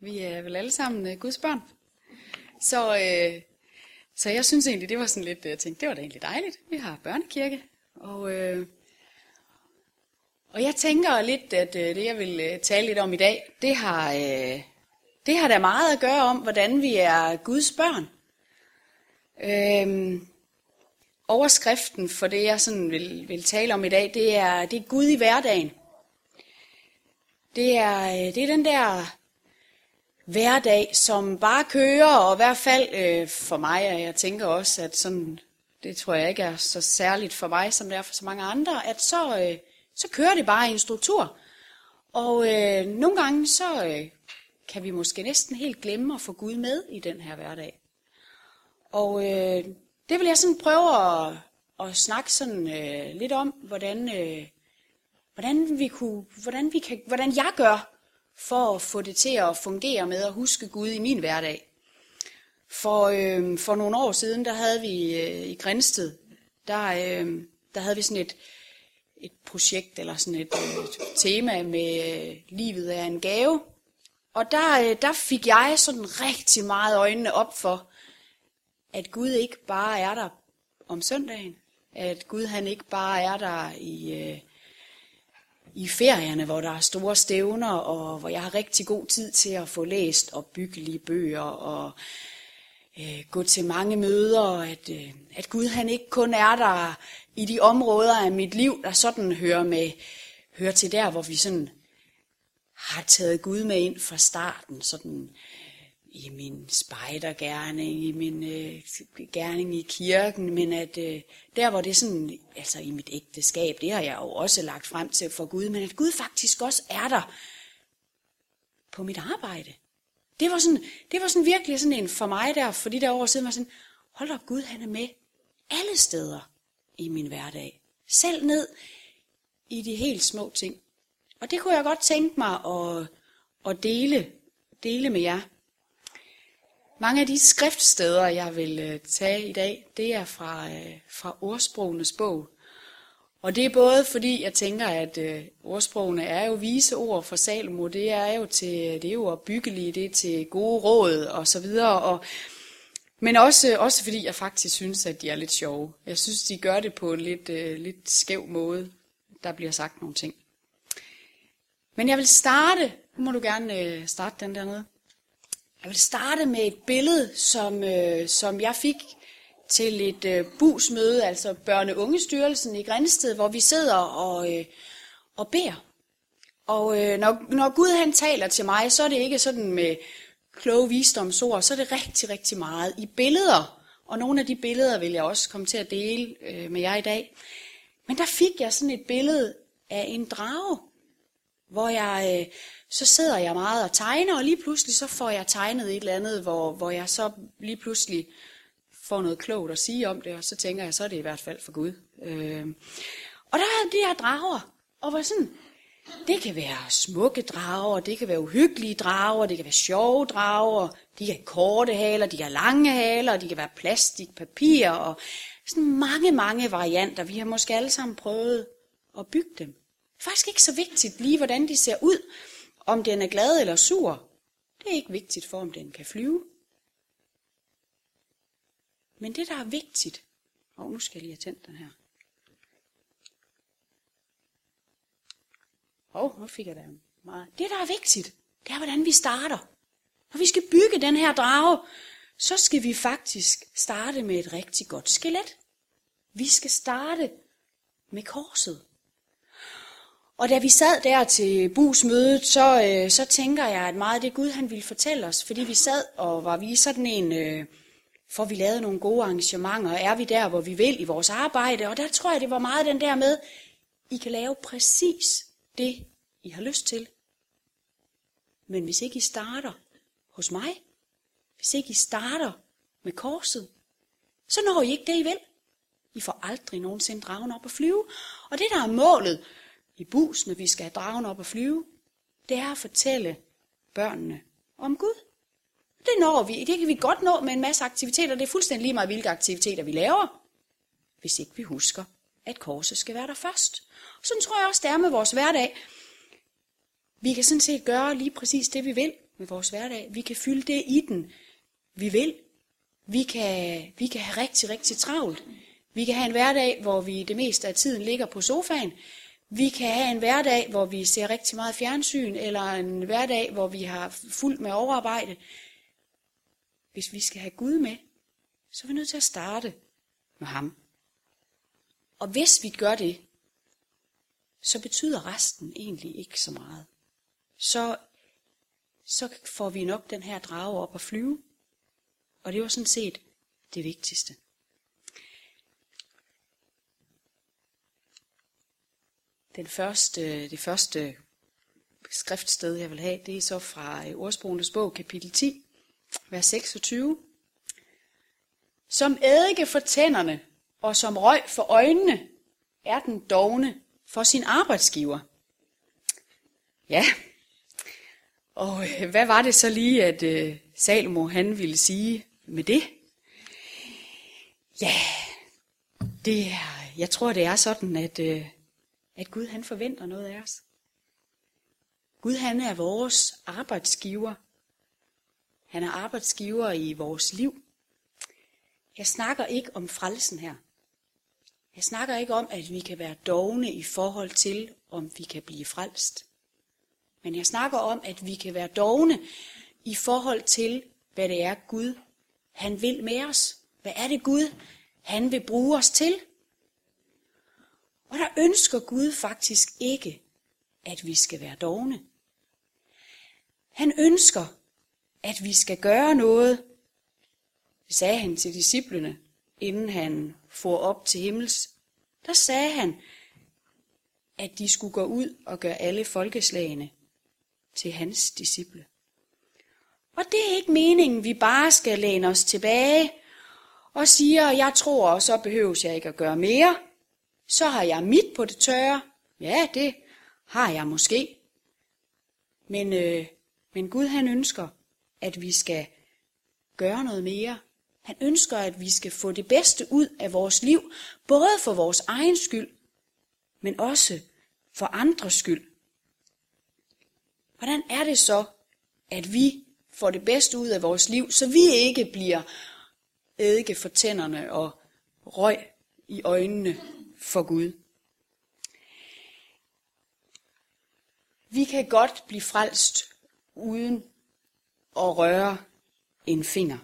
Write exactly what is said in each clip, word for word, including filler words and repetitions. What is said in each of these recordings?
Vi er vel alle sammen uh, Guds børn. Så, øh, så jeg synes egentlig, det var sådan lidt, jeg tænkte, det var da egentlig dejligt. Vi har børnekirke. Og, øh, og jeg tænker lidt, at øh, det jeg vil øh, tale lidt om i dag, det har, øh, det har da meget at gøre om, hvordan vi er Guds børn. Øh, overskriften for det, jeg sådan vil, vil tale om i dag, det er, det er Gud i hverdagen. Det er, det er den der hverdag, som bare kører, og i hvert fald øh, for mig, og jeg tænker også, at sådan, det tror jeg ikke er så særligt for mig, som det er for så mange andre, at så, øh, så kører det bare i en struktur. Og øh, nogle gange, så øh, kan vi måske næsten helt glemme at få Gud med i den her hverdag. Og øh, det vil jeg sådan prøve at, at snakke sådan øh, lidt om, hvordan, øh, hvordan, vi kunne, hvordan, vi kan, hvordan jeg gør, for at få det til at fungere med at huske Gud i min hverdag. For, øh, for nogle år siden, der havde vi øh, i Grindsted, der, øh, der havde vi sådan et, et projekt, eller sådan et, et tema med øh, livet er en gave. Og der, øh, der fik jeg sådan rigtig meget øjnene op for, at Gud ikke bare er der om søndagen. At Gud han ikke bare er der i... Øh, i ferierne, hvor der er store stævner, og hvor jeg har rigtig god tid til at få læst opbyggelige bøger, og øh, gå til mange møder, og at, øh, at Gud han ikke kun er der i de områder af mit liv, der sådan hører, med, hører til der, hvor vi sådan har taget Gud med ind fra starten, sådan i min spejdergerning, i min øh, gerning i kirken, men at øh, der hvor det er sådan, altså i mit ægteskab, det har jeg jo også lagt frem til for Gud, men at Gud faktisk også er der på mit arbejde. Det var sådan, det var sådan virkelig sådan en for mig der, for de der år siden var sådan, hold da, Gud han er med alle steder i min hverdag. Selv ned i de helt små ting. Og det kunne jeg godt tænke mig at, at dele, dele med jer. Mange af de skriftsteder, jeg vil tage i dag, det er fra, fra Ordsprogenes bog. Og det er både fordi, jeg tænker, at øh, ordsprogene er jo vise ord for Salomo. Det er jo til, det er jo opbyggelige, det er til gode råd og så videre. Og, men også, også fordi jeg faktisk synes, at de er lidt sjove. Jeg synes, de gør det på en lidt, øh, lidt skæv måde. Der bliver sagt nogle ting. Men jeg vil starte, nu må du gerne øh, starte den dernede. Jeg vil starte med et billede, som, øh, som jeg fik til et øh, busmøde, altså børne-ungestyrelsen i Grindsted, hvor vi sidder og, øh, og beder. Og øh, når, når Gud han taler til mig, så er det ikke sådan med kloge visdomsord, så er det rigtig, rigtig meget i billeder. Og nogle af de billeder vil jeg også komme til at dele øh, med jer i dag. Men der fik jeg sådan et billede af en drage, hvor jeg... Øh, så sidder jeg meget og tegner, og lige pludselig så får jeg tegnet et eller andet, hvor, hvor jeg så lige pludselig får noget klogt at sige om det, og så tænker jeg, så er det i hvert fald for Gud. Øh. Og der er de her drager, og hvor sådan, det kan være smukke drager, det kan være uhyggelige drager, det kan være sjove drager, de kan have korte haler, de kan have lange haler, de kan være plastik, papir, og sådan mange, mange varianter. Vi har måske alle sammen prøvet at bygge dem. Det er faktisk ikke så vigtigt lige, hvordan de ser ud. Om den er glad eller sur, det er ikke vigtigt for, om den kan flyve. Men det, der er vigtigt, og nu skal jeg lige have tændt den her. Åh, oh, nu fik jeg da meget. Det, der er vigtigt, det er, hvordan vi starter. Når vi skal bygge den her drage, så skal vi faktisk starte med et rigtig godt skelet. Vi skal starte med korset. Og da vi sad der til busmødet, så, øh, så tænker jeg, at meget af det Gud han ville fortælle os, fordi vi sad og var vi sådan en, øh, for vi lavede nogle gode arrangementer, og er vi der, hvor vi vil i vores arbejde, og der tror jeg, det var meget den der med, I kan lave præcis det, I har lyst til. Men hvis ikke I starter hos mig, hvis ikke I starter med korset, så når I ikke det, I vil. I får aldrig nogensinde dragen op at flyve. Og det, der er målet i bus, når vi skal have dragen op at flyve, det er at fortælle børnene om Gud. Det når vi. Det kan vi godt nå med en masse aktiviteter. Det er fuldstændig lige meget, hvilke aktiviteter vi laver, hvis ikke vi husker, at korset skal være der først. Sådan tror jeg også, det er med vores hverdag. Vi kan sådan set gøre lige præcis det, vi vil. med vores hverdag. Vi kan fylde det i den, vi vil. Vi kan, vi kan have rigtig, rigtig travlt. Vi kan have en hverdag, hvor vi det meste af tiden ligger på sofaen. Vi kan have en hverdag, hvor vi ser rigtig meget fjernsyn, eller en hverdag, hvor vi har fuldt med overarbejde. Hvis vi skal have Gud med, så er vi nødt til at starte med ham. Og hvis vi gør det, så betyder resten egentlig ikke så meget. Så, så får vi nok den her drage op at flyve. Og det var sådan set det vigtigste. Den første, det første skriftsted, jeg vil have, det er så fra Ordsprogenes bog, kapitel ti, vers seksogtyve. Som eddike for tænderne og som røg for øjnene er den dovne for sin arbejdsgiver. Ja, og hvad var det så lige, at Salomo han ville sige med det? Ja, det er, jeg tror det er sådan, at, at Gud han forventer noget af os. Gud han er vores arbejdsgiver. Han er arbejdsgiver i vores liv. Jeg snakker ikke om frelsen her. Jeg snakker ikke om, at vi kan være dovne i forhold til, om vi kan blive frelst. Men jeg snakker om, at vi kan være dovne i forhold til, hvad det er Gud, han vil med os. Hvad er det Gud, han vil bruge os til? Og der ønsker Gud faktisk ikke, at vi skal være dovne. Han ønsker, at vi skal gøre noget. Det sagde han til disciplene, inden han for op til himmels. Der sagde han, at de skulle gå ud og gøre alle folkeslagene til hans disciple. Og det er ikke meningen, vi bare skal læne os tilbage og siger, jeg tror, og så behøves jeg ikke at gøre mere. Så har jeg mit på det tørre. Ja, det har jeg måske. Men, øh, men Gud han ønsker, at vi skal gøre noget mere. Han ønsker, at vi skal få det bedste ud af vores liv, både for vores egen skyld, men også for andres skyld. Hvordan er det så, at vi får det bedste ud af vores liv, så vi ikke bliver eddike for tænderne og røg i øjnene for Gud? Vi kan godt blive frelst uden at røre en finger.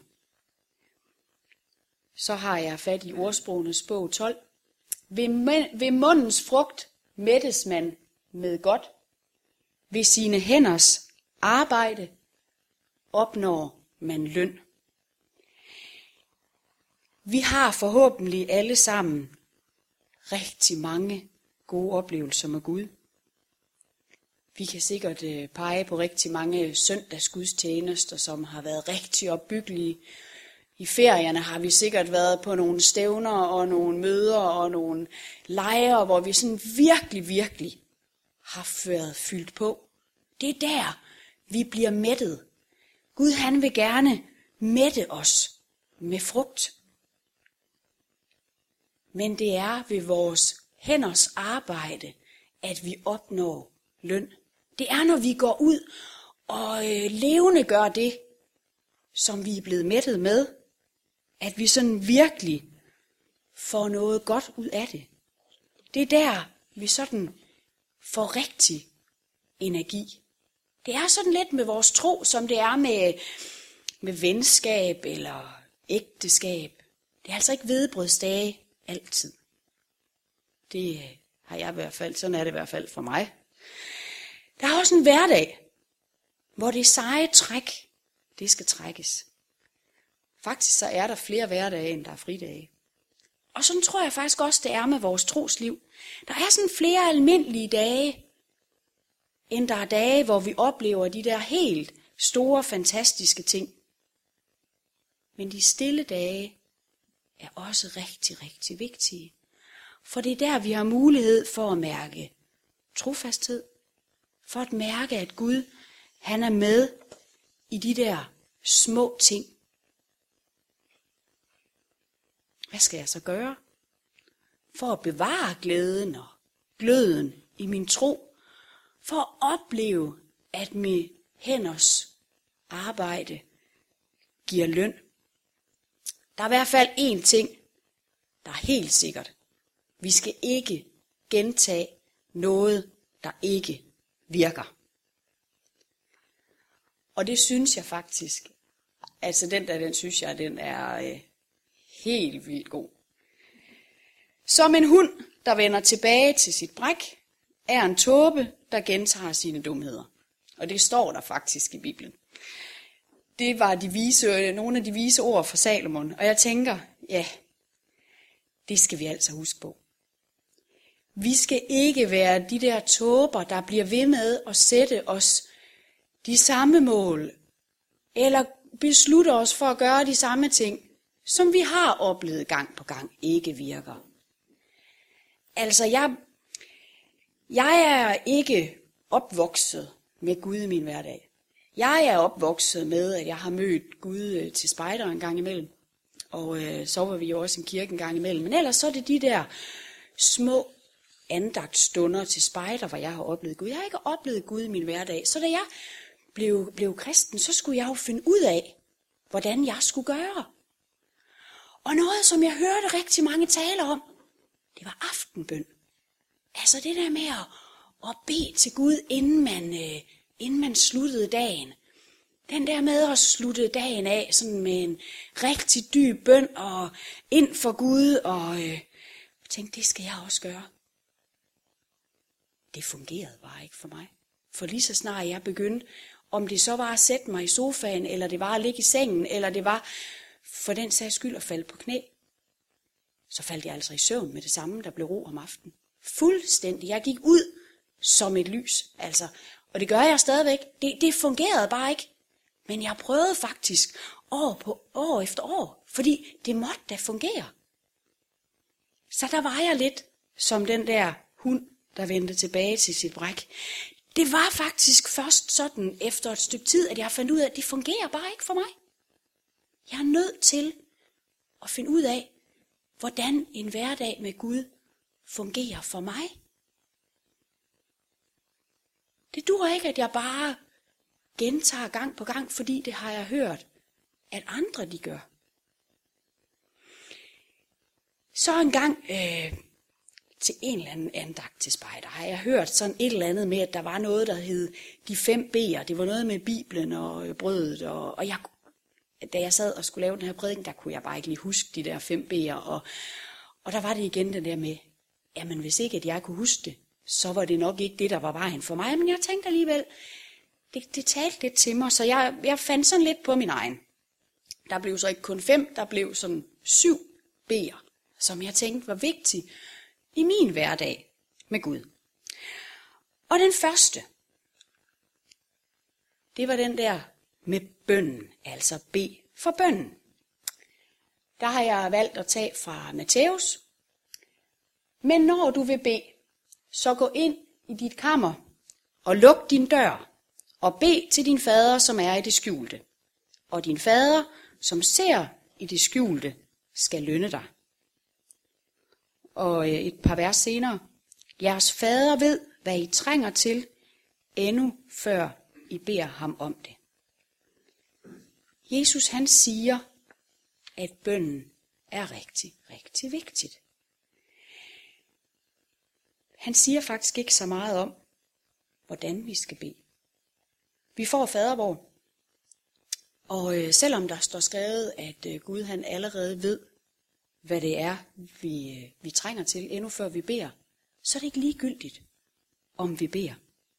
Så har jeg fat i Ordsprogenes bog tolv. Ved mundens frugt mættes man med godt. Ved sine hænders arbejde opnår man løn. Vi har forhåbentlig alle sammen rigtig mange gode oplevelser med Gud. Vi kan sikkert pege på rigtig mange søndagsgudstjenester, som har været rigtig opbyggelige. I ferierne har vi sikkert været på nogle stævner og nogle møder og nogle lejre, hvor vi sådan virkelig, virkelig har været fyldt på. Det er der, vi bliver mættet. Gud han vil gerne mætte os med frugt. Men det er ved vores hænders arbejde, at vi opnår løn. Det er, når vi går ud og øh, levende gør det, som vi er blevet mættet med, at vi sådan virkelig får noget godt ud af det. Det er der, vi sådan får rigtig energi. Det er sådan lidt med vores tro, som det er med, med venskab eller ægteskab. Det er altså ikke hvedebrødsdage altid. Det har jeg i hvert fald, sådan er det i hvert fald for mig. Der er også en hverdag, hvor det seje træk, det skal trækkes. Faktisk så er der flere hverdage, end der er fridage. Og sådan tror jeg faktisk også, det er med vores trosliv. Der er sådan flere almindelige dage, end der er dage, hvor vi oplever de der helt store, fantastiske ting. Men de stille dage er også rigtig, rigtig vigtige. For det er der, vi har mulighed for at mærke trofasthed. For at mærke, at Gud, han er med i de der små ting. Hvad skal jeg så gøre? For at bevare glæden og gløden i min tro. For at opleve, at med hænders arbejde giver løn. Der er i hvert fald én ting, der er helt sikkert. Vi skal ikke gentage noget, der ikke virker. Og det synes jeg faktisk, altså den der, den synes jeg, den er øh, helt vildt god. Som en hund, der vender tilbage til sit bræk, er en tåbe, der gentager sine dumheder. Og det står der faktisk i Bibelen. Det var de vise, nogle af de vise ord fra Salomon. Og jeg tænker, ja, det skal vi altså huske på. Vi skal ikke være de der tåber, der bliver ved med at sætte os de samme mål, eller beslutte os for at gøre de samme ting, som vi har oplevet gang på gang ikke virker. Altså, jeg, jeg er ikke opvokset med Gud i min hverdag. Jeg er opvokset med, at jeg har mødt Gud til spejder en gang imellem. Og øh, så var vi jo også en kirke en gang imellem. Men ellers så er det de der små andagtstunder til spejder, hvor jeg har oplevet Gud. Jeg har ikke oplevet Gud i min hverdag. Så da jeg blev, blev kristen, så skulle jeg jo finde ud af, hvordan jeg skulle gøre. Og noget, som jeg hørte rigtig mange tale om, det var aftenbøn. Altså det der med at, at bede til Gud, inden man, øh, inden man sluttede dagen. Den der med at slutte dagen af sådan med en rigtig dyb bøn og ind for Gud. Og øh, jeg tænkte, det skal jeg også gøre. Det fungerede bare ikke for mig. For lige så snart jeg begyndte, om det så var at sætte mig i sofaen, eller det var at ligge i sengen, eller det var for den sags skyld at falde på knæ, så faldt jeg altså i søvn med det samme, der blev ro om aftenen. Fuldstændig. Jeg gik ud som et lys. Altså, og det gør jeg stadigvæk. Det, det fungerede bare ikke. Men jeg prøvede faktisk år på år efter år, fordi det måtte da fungere. Så der var jeg lidt som den der hund, der vendte tilbage til sit bræk. Det var faktisk først sådan efter et stykke tid, at jeg fandt ud af, at det fungerer bare ikke for mig. Jeg er nødt til at finde ud af, hvordan en hverdag med Gud fungerer for mig. Det duer ikke, at jeg bare gentager gang på gang, fordi det har jeg hørt, at andre de gør. Så en gang øh, til en eller anden andagt til spejder har jeg hørt sådan et eller andet med, at der var noget, der hed de fem B'er. Det var noget med Bibelen og brødet. Og, og jeg, da jeg sad og skulle lave den her prædiken, der kunne jeg bare ikke lige huske de der fem B'er. Og, og der var det igen den der med, jamen hvis ikke at jeg kunne huske det, så var det nok ikke det, der var vejen for mig. Men jeg tænkte alligevel, det, det talte lidt til mig, så jeg, jeg fandt sådan lidt på min egen. Der blev så ikke kun fem, der blev sådan syv B'er, som jeg tænkte var vigtige i min hverdag med Gud. Og den første, det var den der med bønnen, altså bed for bønnen. Der har jeg valgt at tage fra Matthæus. Men når du vil bede, så gå ind i dit kammer og luk din dør og bed til din fader, som er i det skjulte. Og din fader, som ser i det skjulte, skal lønne dig. Og et par vers senere. Jeres fader ved, hvad I trænger til, endnu før I beder ham om det. Jesus han siger, at bønnen er rigtig, rigtig vigtigt. Han siger faktisk ikke så meget om, hvordan vi skal bede. Vi får fadervor, og øh, selvom der står skrevet, at øh, Gud han allerede ved, hvad det er, vi, øh, vi trænger til, endnu før vi beder, så er det ikke ligegyldigt, om vi beder.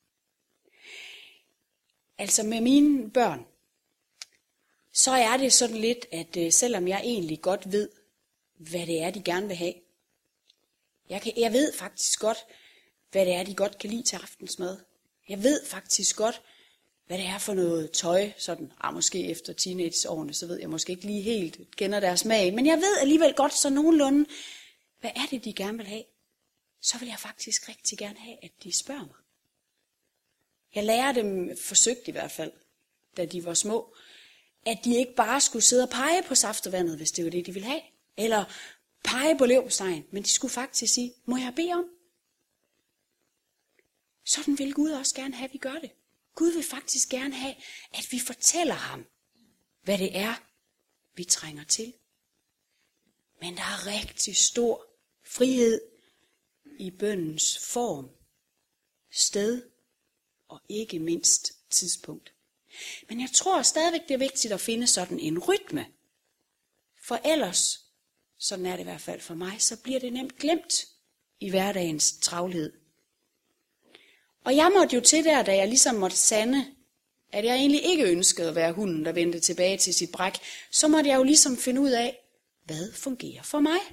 Altså med mine børn, så er det sådan lidt, at øh, selvom jeg egentlig godt ved, hvad det er, de gerne vil have, jeg, kan, jeg ved faktisk godt, hvad det er, de godt kan lide til aftensmad. Jeg ved faktisk godt, hvad det er for noget tøj, sådan, ah, måske efter teenageårene, så ved jeg måske ikke lige helt, kender deres smag, men jeg ved alligevel godt så nogenlunde, hvad er det, de gerne vil have. Så vil jeg faktisk rigtig gerne have, at de spørger mig. Jeg lærer dem, forsøgt i hvert fald, da de var små, at de ikke bare skulle sidde og pege på saftevandet, hvis det var det, de ville have, eller pege på leverpostejen, men de skulle faktisk sige, må jeg bede om? Sådan vil Gud også gerne have, at vi gør det. Gud vil faktisk gerne have, at vi fortæller ham, hvad det er, vi trænger til. Men der er rigtig stor frihed i bønnens form, sted og ikke mindst tidspunkt. Men jeg tror stadigvæk, det er vigtigt at finde sådan en rytme. For ellers, sådan er det i hvert fald for mig, så bliver det nemt glemt i hverdagens travlhed. Og jeg måtte jo til der, da jeg ligesom måtte sande, at jeg egentlig ikke ønskede at være hunden, der vendte tilbage til sit bræk, så måtte jeg jo ligesom finde ud af, hvad fungerer for mig.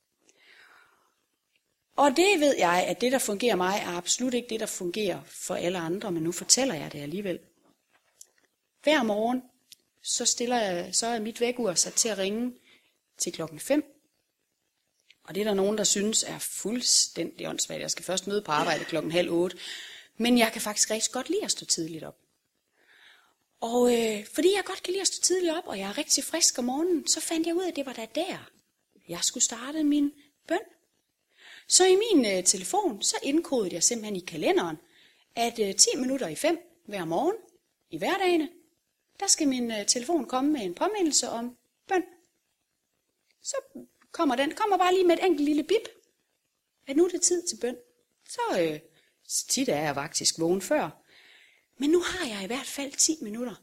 Og det ved jeg, at det, der fungerer mig, er absolut ikke det, der fungerer for alle andre, men nu fortæller jeg det alligevel. Hver morgen, så, stiller jeg, så er mit vækkeur sat til at ringe til klokken fem. Og det er der nogen, der synes er fuldstændig åndssvagt. Jeg skal først møde på arbejde klokken halv otte. Men jeg kan faktisk rigtig godt lide at stå tidligt op. Og øh, fordi jeg godt kan lide at stå tidligt op, og jeg er rigtig frisk om morgenen, så fandt jeg ud af, at det var da der, jeg skulle starte min bøn. Så i min øh, telefon, så indkodede jeg simpelthen i kalenderen, at øh, ti minutter i fem hver morgen i hverdagene, der skal min øh, telefon komme med en påmindelse om bøn. Så kommer den, kommer bare lige med et enkelt lille bip, at nu er det tid til bøn. Så øh, tit er jeg faktisk vågen før. Men nu har jeg i hvert fald ti minutter,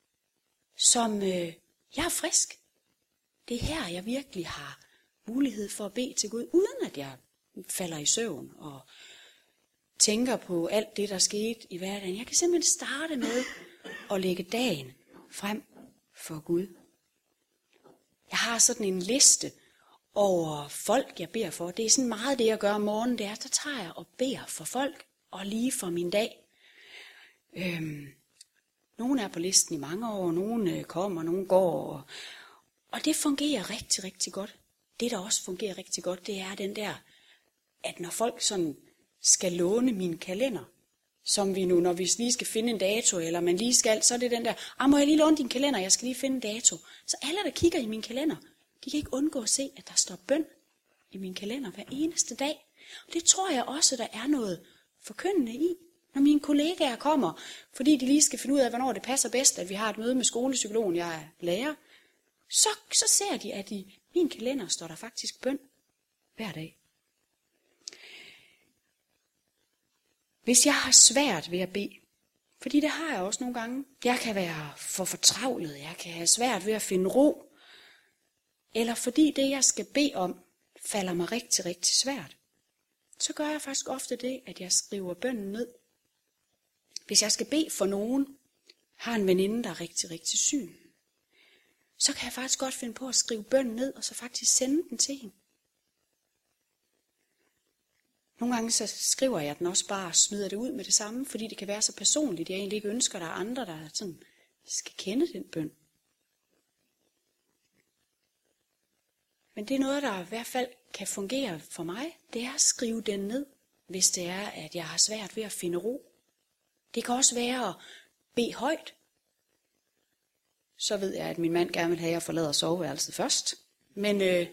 som øh, jeg er frisk. Det er her, jeg virkelig har mulighed for at bede til Gud, uden at jeg falder i søvn og tænker på alt det, der skete i hverdagen. Jeg kan simpelthen starte med at lægge dagen frem for Gud. Jeg har sådan en liste over folk, jeg beder for. Det er sådan meget det, jeg gør om morgenen. Det er, der tager jeg og beder for folk og lige for min dag. Øhm, nogle er på listen i mange år, nogle kommer, nogle går. Og, og det fungerer rigtig, rigtig godt. Det, der også fungerer rigtig godt, det er den der, at når folk sådan skal låne min kalender, som vi nu, når vi lige skal finde en dato, eller man lige skal, så er det den der, ah, må jeg lige låne din kalender, jeg skal lige finde en dato. Så alle, der kigger i min kalender, de kan ikke undgå at se, at der står bøn i min kalender hver eneste dag. Og det tror jeg også, der er noget forkyndende i. Når mine kollegaer kommer, fordi de lige skal finde ud af, hvornår det passer bedst, at vi har et møde med skolepsykologen, jeg er lærer, så, så ser de, at i min kalender står der faktisk bøn hver dag. Hvis jeg har svært ved at bede, fordi det har jeg også nogle gange, jeg kan være for fortravlet, jeg kan have svært ved at finde ro, eller fordi det, jeg skal bede om, falder mig rigtig, rigtig svært, så gør jeg faktisk ofte det, at jeg skriver bønnen ned. Hvis jeg skal bede for nogen, har en veninde, der er rigtig, rigtig syg, så kan jeg faktisk godt finde på at skrive bønnen ned, og så faktisk sende den til hende. Nogle gange så skriver jeg den også bare og smider det ud med det samme, fordi det kan være så personligt, jeg egentlig ikke ønsker, at der er andre, der sådan skal kende den bøn. Men det er noget, der i hvert fald kan fungere for mig, det er at skrive den ned, hvis det er, at jeg har svært ved at finde ro. Det kan også være at bede højt. Så ved jeg, at min mand gerne vil have, at jeg forlader soveværelset først. Men, øh,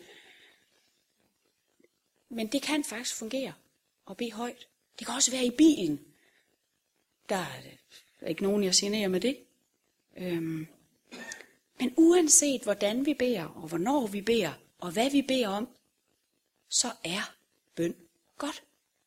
men det kan faktisk fungere at bede højt. Det kan også være i bilen. Der er ikke nogen, jeg generer med det. Øhm, men uanset hvordan vi beder, og hvornår vi beder, og hvad vi beder om, så er bøn godt.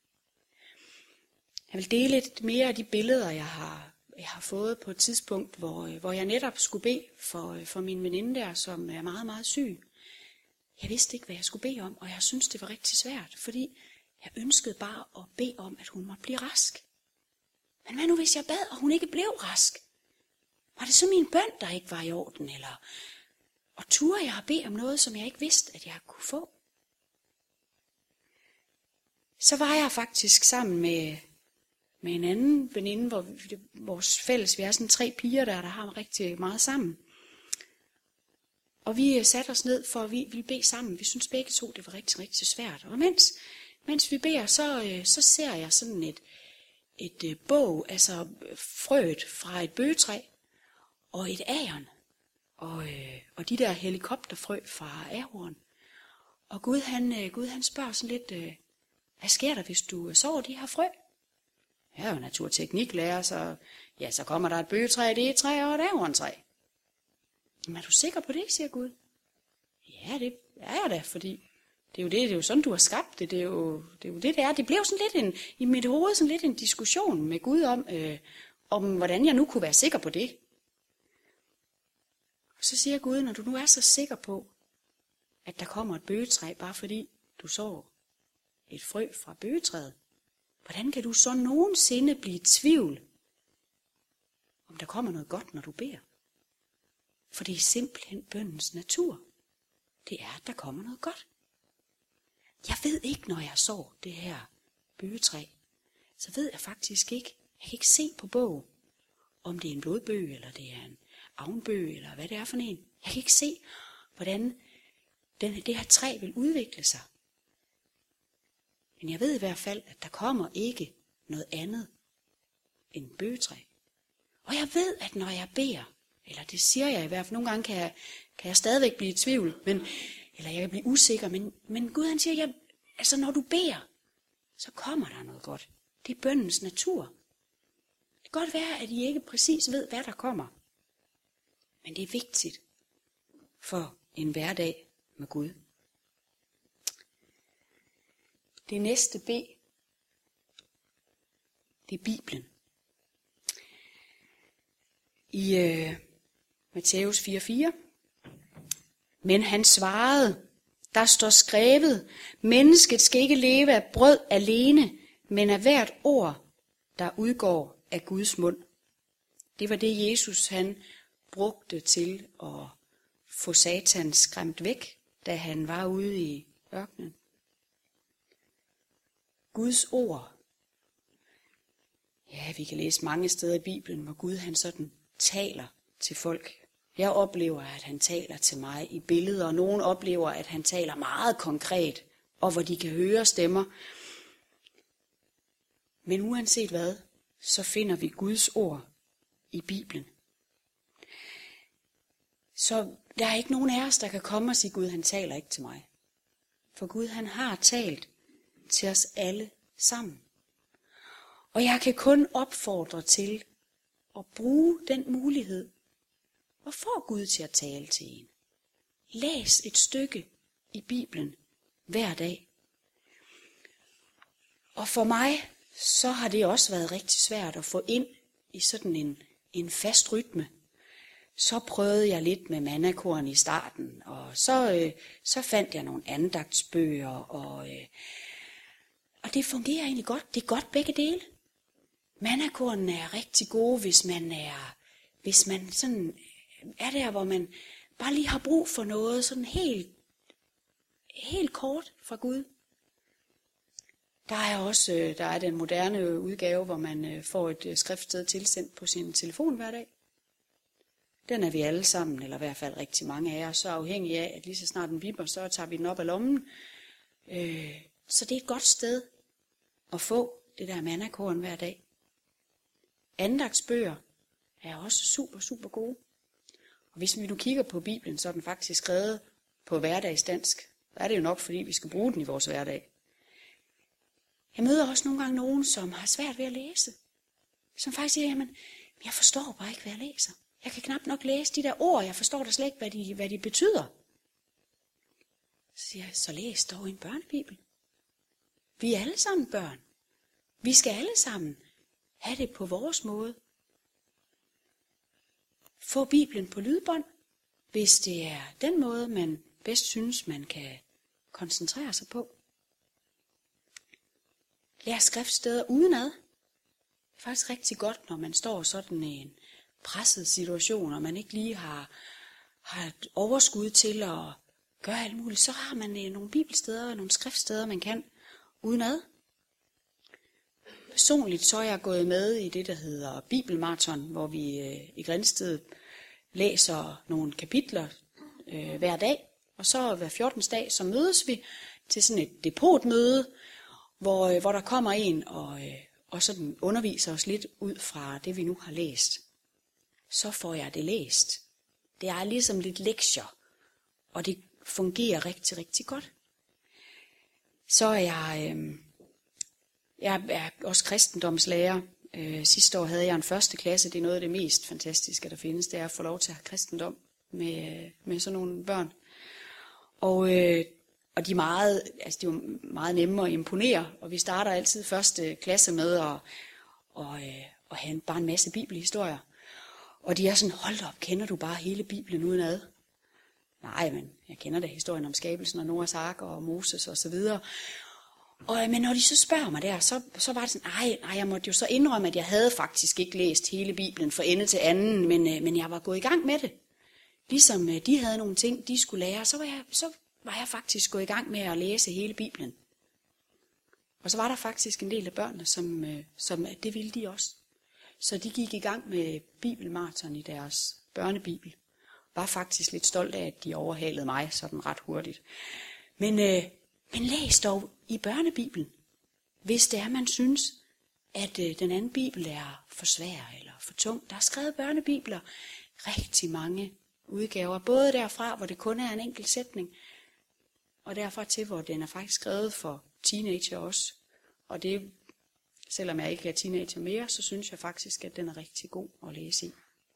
Jeg vil dele lidt mere af de billeder, jeg har, jeg har fået på et tidspunkt, hvor, hvor jeg netop skulle bede for, for min veninde der, som er meget, meget syg. Jeg vidste ikke, hvad jeg skulle bede om, og jeg synes det var rigtig svært, fordi jeg ønskede bare at bede om, at hun måtte blive rask. Men hvad nu, hvis jeg bad, og hun ikke blev rask? Var det så min bøn, der ikke var i orden? Eller... Og turde jeg at bede om noget, som jeg ikke vidste, at jeg kunne få? Så var jeg faktisk sammen med... med en anden veninde, hvor vi, vores fælles, vi er sådan tre piger der, der har rigtig meget sammen. Og vi satte os ned for, at vi ville bede sammen. Vi synes begge to, det var rigtig, rigtig svært. Og mens, mens vi beder, så, så ser jeg sådan et, et bog, altså frøet fra et bøgetræ, og et agern, og, og de der helikopterfrø fra ahorn. Og Gud han, Gud, han spørger sådan lidt, hvad sker der, hvis du sår de her frø? Jeg er jo naturtekniklærer, så ja, så kommer der et bøgetræ, det er et træ, og et avantræ. Men er du sikker på det, siger Gud? Ja, det er jeg da, fordi det er jo det, det er jo sådan, du har skabt det, det er jo det, er jo det, det er. Det blev sådan lidt en, i mit hoved sådan lidt en diskussion med Gud om, øh, om hvordan jeg nu kunne være sikker på det. Og så siger Gud, når du nu er så sikker på, at der kommer et bøgetræ, bare fordi du så et frø fra bøgetræet, hvordan kan du så nogensinde blive i tvivl, om der kommer noget godt, når du beder? For det er simpelthen bønnens natur. Det er, at der kommer noget godt. Jeg ved ikke, når jeg så det her bøgetræ, så ved jeg faktisk ikke, jeg kan ikke se på bog, om det er en blodbøg, eller det er en avnbøg, eller hvad det er for en. Jeg kan ikke se, hvordan den, det her træ vil udvikle sig. Men jeg ved i hvert fald, at der kommer ikke noget andet end bøgetræ. Og jeg ved, at når jeg beder, eller det siger jeg i hvert fald, nogle gange kan jeg, kan jeg stadigvæk blive i tvivl, men, eller jeg kan blive usikker, men, men Gud han siger, ja, altså når du beder, så kommer der noget godt. Det er bønnens natur. Det kan godt være, at I ikke præcis ved, hvad der kommer. Men det er vigtigt for en hverdag med Gud. Det næste B, det er Bibelen. I øh, Matthæus fire fire. Men han svarede, der står skrevet, mennesket skal ikke leve af brød alene, men af hvert ord, der udgår af Guds mund. Det var det, Jesus han brugte til at få Satan skræmt væk, da han var ude i ørkenen. Guds ord. Ja, vi kan læse mange steder i Bibelen, hvor Gud han sådan taler til folk. Jeg oplever, at han taler til mig i billeder, og nogen oplever, at han taler meget konkret, og hvor de kan høre stemmer. Men uanset hvad, så finder vi Guds ord i Bibelen. Så der er ikke nogen af os, der kan komme og sige, Gud han taler ikke til mig. For Gud han har talt til os alle sammen. Og jeg kan kun opfordre til at bruge den mulighed og få Gud til at tale til en. Læs et stykke i Bibelen hver dag. Og for mig, så har det også været rigtig svært at få ind i sådan en, en fast rytme. Så prøvede jeg lidt med mandakoren i starten, og så, øh, så fandt jeg nogle andagtsbøger, og, øh, og det fungerer egentlig godt. Det er godt begge dele. Mandakoren er rigtig gode, hvis man er, hvis man sådan er der, hvor man bare lige har brug for noget sådan helt, helt kort fra Gud. Der er også der er den moderne udgave, hvor man får et skriftsted tilsendt på sin telefon hver dag. Den er vi alle sammen, eller i hvert fald rigtig mange af os, så afhængige af, at lige så snart den vipper, så tager vi den op af lommen. Så det er et godt sted at få det der mandakoren hver dag. Andagtsbøger er også super, super gode. Og hvis vi nu kigger på Bibelen, så er den faktisk skrevet på hverdagsdansk. Så er det jo nok, fordi vi skal bruge den i vores hverdag. Jeg møder også nogle gange nogen, som har svært ved at læse. Som faktisk siger, jamen, jeg forstår bare ikke, hvad jeg læser. Jeg kan knap nok læse de der ord, jeg forstår da slet ikke, hvad de, hvad de betyder. Så siger jeg, så læs dog en børnebibel. Vi er alle sammen børn. Vi skal alle sammen have det på vores måde. Få Bibelen på lydbånd, hvis det er den måde, man bedst synes, man kan koncentrere sig på. Lær skriftsteder udenad. Det er faktisk rigtig godt, når man står sådan i en presset situation, og man ikke lige har, har et overskud til at gøre alt muligt. Så har man nogle bibelsteder og nogle skriftsteder, man kan udenad. Personligt så er jeg gået med i det, der hedder Bibelmarathon, hvor vi øh, i Grindsted læser nogle kapitler øh, hver dag. Og så hver fjortende dag, så mødes vi til sådan et depotmøde, hvor, øh, hvor der kommer en og, øh, og sådan underviser os lidt ud fra det, vi nu har læst. Så får jeg det læst. Det er ligesom lidt lektier, og det fungerer rigtig, rigtig godt. Så er jeg... Øh, Jeg er også kristendomslærer, Øh, sidste år havde jeg en første klasse. Det er noget af det mest fantastiske, der findes. Det er at få lov til at have kristendom med, med sådan nogle børn. Og, øh, og de, er meget, altså de er jo meget nemme at imponere. Og vi starter altid første klasse med at, og, øh, at have en, bare en masse bibelhistorier. Og de er sådan, hold op, kender du bare hele Bibelen udenad? Nej, men jeg kender da historien om skabelsen og Noahs ark og Moses og så videre. Og, men når de så spørger mig der, så, så var det sådan, nej, nej, jeg måtte jo så indrømme, at jeg havde faktisk ikke læst hele Bibelen fra ende til anden, men, men jeg var gået i gang med det. Ligesom de havde nogle ting, de skulle lære, så var jeg, så var jeg faktisk gået i gang med at læse hele Bibelen. Og så var der faktisk en del af børnene, som, som det ville de også. Så de gik i gang med bibelmaraton i deres børnebibel. Var faktisk lidt stolt af, at de overhalede mig sådan ret hurtigt. Men, øh, men læs dog i børnebibelen, hvis det er, man synes, at øh, den anden bibel er for svær eller for tung. Der er skrevet børnebibler, rigtig mange udgaver, både derfra, hvor det kun er en enkelt sætning, og derfra til, hvor den er faktisk skrevet for teenager også. Og det, selvom jeg ikke er teenager mere, så synes jeg faktisk, at den er rigtig god at læse i.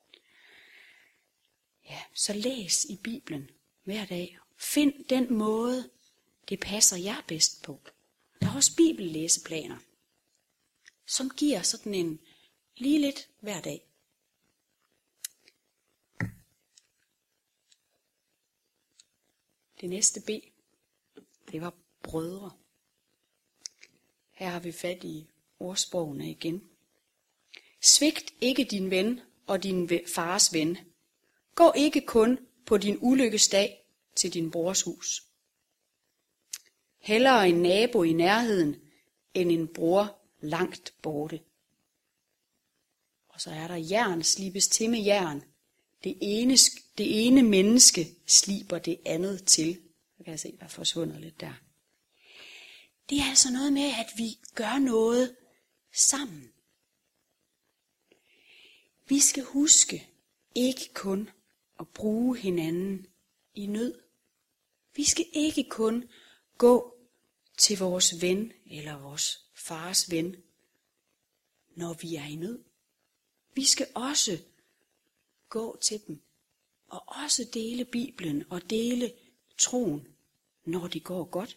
Ja, så læs i Bibelen hver dag. Find den måde, det passer jer bedst på. Der er også bibellæseplaner, som giver sådan en lige lidt hver dag. Det næste B, det var brødre. Her har vi fat i ordsprogene igen. Svigt ikke din ven og din fars ven. Gå ikke kun på din ulykkesdag til din brors hus. Hellere en nabo i nærheden, end en bror langt borte. Og så er der jern slibes til med jern. Det ene, det ene menneske sliber det andet til. Så kan jeg se, der er forsvundet lidt der. Det er altså noget med, at vi gør noget sammen. Vi skal huske ikke kun at bruge hinanden i nød. Vi skal ikke kun gå til vores ven eller vores fars ven, når vi er i nød. Vi skal også gå til dem og også dele Bibelen og dele troen, når det går godt.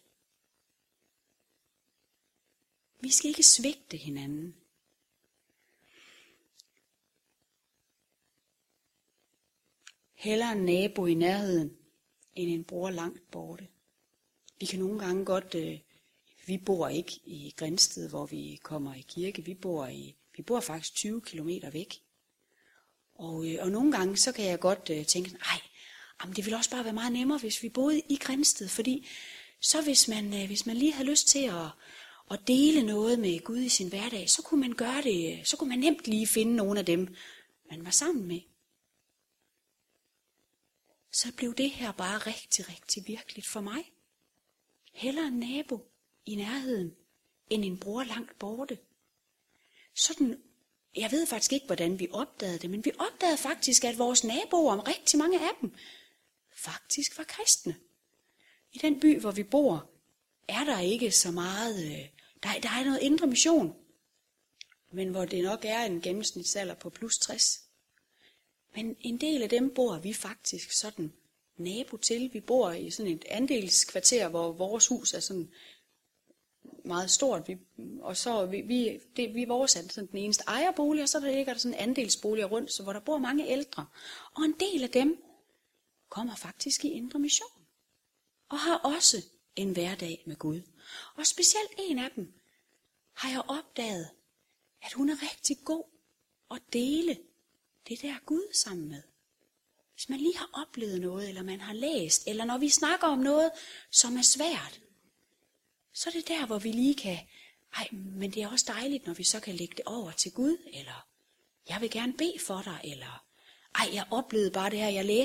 Vi skal ikke svigte hinanden. Hellere en nabo i nærheden, end en bror langt borte. Vi kan nogle gange godt, øh, vi bor ikke i Grindsted, hvor vi kommer i kirke. Vi bor, i, vi bor faktisk tyve kilometer væk. Og, øh, og nogle gange, så kan jeg godt øh, tænke, nej, jamen, det ville også bare være meget nemmere, hvis vi boede i Grindsted. Fordi så hvis man, øh, hvis man lige havde lyst til at, at dele noget med Gud i sin hverdag, så kunne man gøre det, så kunne man nemt lige finde nogle af dem, man var sammen med. Så blev det her bare rigtig, rigtig virkeligt for mig. Hellere en nabo i nærheden, end en bror langt borte. Sådan, jeg ved faktisk ikke, hvordan vi opdagede det, men vi opdagede faktisk, at vores naboer, om rigtig mange af dem, faktisk var kristne. I den by, hvor vi bor, er der ikke så meget, der, der er noget indre mission, men hvor det nok er en gennemsnitsalder på plus tres. Men en del af dem bor vi faktisk sådan nabo til. Vi bor i sådan et andelskvarter, hvor vores hus er sådan meget stort. Vi, og så vi, vi, det, vi vores er sådan den eneste ejerbolig, og så der ligger der sådan andelsboliger rundt, så hvor der bor mange ældre. Og en del af dem kommer faktisk i indre mission. Og har også en hverdag med Gud. Og specielt en af dem har jeg opdaget, at hun er rigtig god at dele det der Gud sammen med. Hvis man lige har oplevet noget, eller man har læst, eller når vi snakker om noget, som er svært, så er det der, hvor vi lige kan, ej, men det er også dejligt, når vi så kan lægge det over til Gud, eller jeg vil gerne bede for dig, eller ej, jeg oplevede bare det her, jeg læste